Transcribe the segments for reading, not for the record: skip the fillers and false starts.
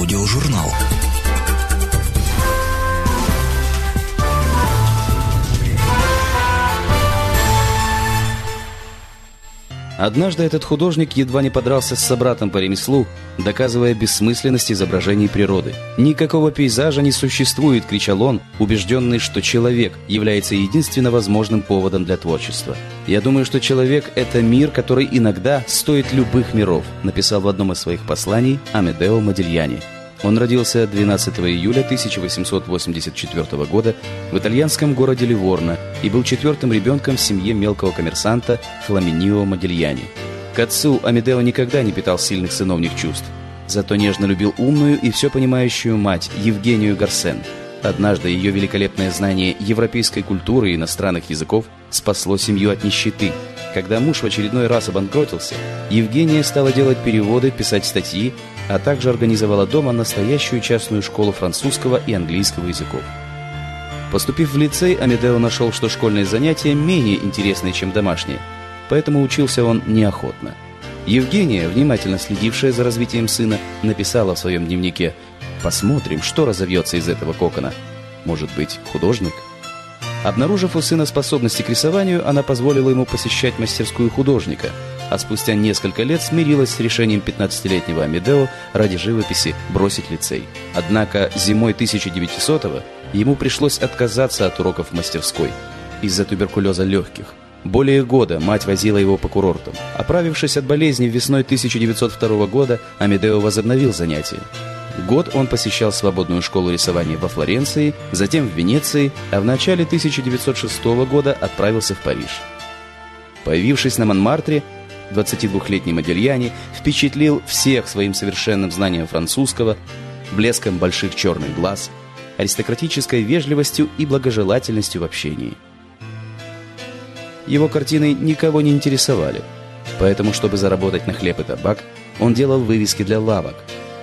Аудиожурнал. Однажды этот художник едва не подрался с собратом по ремеслу, доказывая бессмысленность изображений природы. «Никакого пейзажа не существует», — кричал он, убежденный, что человек является единственно возможным поводом для творчества. «Я думаю, что человек — это мир, который иногда стоит любых миров», написал в одном из своих посланий Амедео Модильяни. Он родился 12 июля 1884 года в итальянском городе Ливорно и был четвертым ребенком в семье мелкого коммерсанта Фламинио Модильяни. К отцу Амедео никогда не питал сильных сыновних чувств, зато нежно любил умную и все понимающую мать Евгению Гарсен. Однажды ее великолепное знание европейской культуры и иностранных языков спасло семью от нищеты. Когда муж в очередной раз обанкротился, Евгения стала делать переводы, писать статьи, а также организовала дома настоящую частную школу французского и английского языков. Поступив в лицей, Амедео нашел, что школьные занятия менее интересны, чем домашние, поэтому учился он неохотно. Евгения, внимательно следившая за развитием сына, написала в своем дневнике: «Посмотрим, что разовьется из этого кокона. Может быть, художник?» Обнаружив у сына способности к рисованию, она позволила ему посещать мастерскую художника, а спустя несколько лет смирилась с решением 15-летнего Амедео ради живописи бросить лицей. Однако зимой 1900-го ему пришлось отказаться от уроков в мастерской из-за туберкулеза легких. Более года мать возила его по курортам. Оправившись от болезни весной 1902 года, Амедео возобновил занятия. Год он посещал свободную школу рисования во Флоренции, затем в Венеции, а в начале 1906 года отправился в Париж. Появившись на Монмартре, 22-летний Модильяни впечатлил всех своим совершенным знанием французского, блеском больших черных глаз, аристократической вежливостью и благожелательностью в общении. Его картины никого не интересовали, поэтому, чтобы заработать на хлеб и табак, он делал вывески для лавок.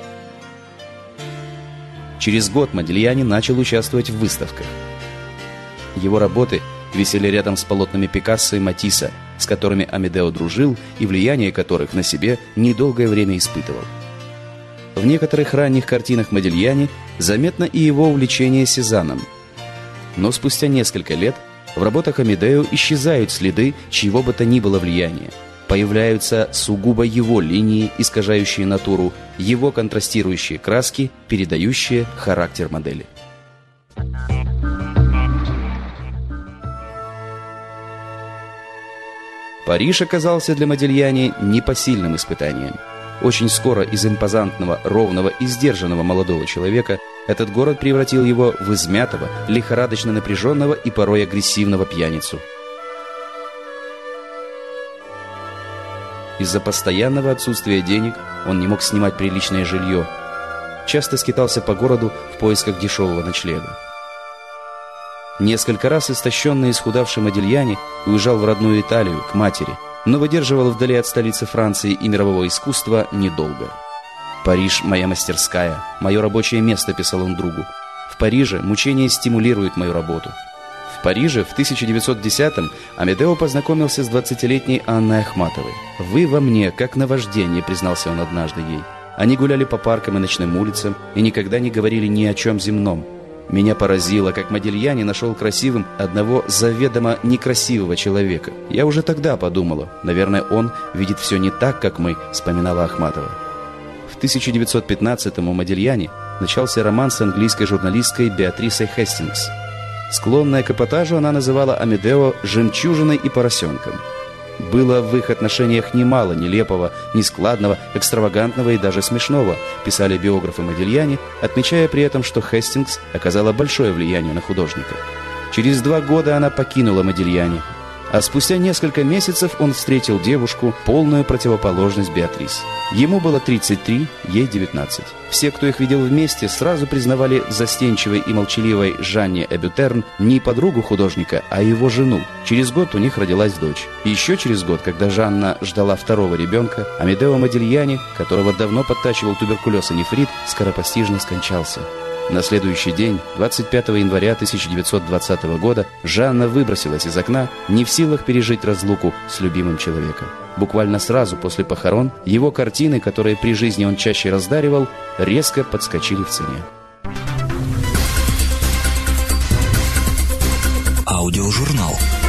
Через год Модильяни начал участвовать в выставках. Его работы висели рядом с полотнами Пикассо и Матисса, с которыми Амедео дружил и влияние которых на себе недолгое время испытывал. В некоторых ранних картинах Модильяни заметно и его увлечение Сезанном. Но спустя несколько лет в работах Амедео исчезают следы чьего бы то ни было влияния. Появляются сугубо его линии, искажающие натуру, его контрастирующие краски, передающие характер модели. Париж оказался для Модильяни непосильным испытанием. Очень скоро из импозантного, ровного и сдержанного молодого человека этот город превратил его в измятого, лихорадочно напряженного и порой агрессивного пьяницу. Из-за постоянного отсутствия денег он не мог снимать приличное жилье. Часто скитался по городу в поисках дешевого ночлега. Несколько раз истощенный и исхудавший Модильяни уезжал в родную Италию, к матери, но выдерживал вдали от столицы Франции и мирового искусства недолго. «Париж – моя мастерская, мое рабочее место», – писал он другу. «В Париже мучение стимулирует мою работу». В Париже в 1910-м Амедео познакомился с 20-летней Анной Ахматовой. «Вы во мне, как наваждение», — признался он однажды ей. Они гуляли по паркам и ночным улицам и никогда не говорили ни о чем земном. Меня поразило, как Модильяни нашел красивым одного заведомо некрасивого человека. Я уже тогда подумала, наверное, он видит все не так, как мы, вспоминала Ахматова. В 1915-м у Модильяни начался роман с английской журналисткой Беатрисой Хестингс. Склонная к эпатажу, она называла Амедео «жемчужиной и поросенком». Было в их отношениях немало нелепого, нескладного, экстравагантного и даже смешного, писали биографы Модильяни, отмечая при этом, что Хестингс оказала большое влияние на художника. Через 2 года она покинула Модильяни, а спустя несколько месяцев он встретил девушку, полную противоположность Беатрис. Ему было 33, ей 19. Все, кто их видел вместе, сразу признавали в застенчивой и молчаливой Жанне Эбютерн не подругу художника, а его жену. Через год у них родилась дочь. И еще через год, когда Жанна ждала второго ребенка, Амедео Модильяни, которого давно подтачивал туберкулез и нефрит, скоропостижно скончался. На следующий день, 25 января 1920 года, Жанна выбросилась из окна, не в силах пережить разлуку с любимым человеком. Буквально сразу после похорон его картины, которые при жизни он чаще раздаривал, резко подскочили в цене. Аудиожурнал.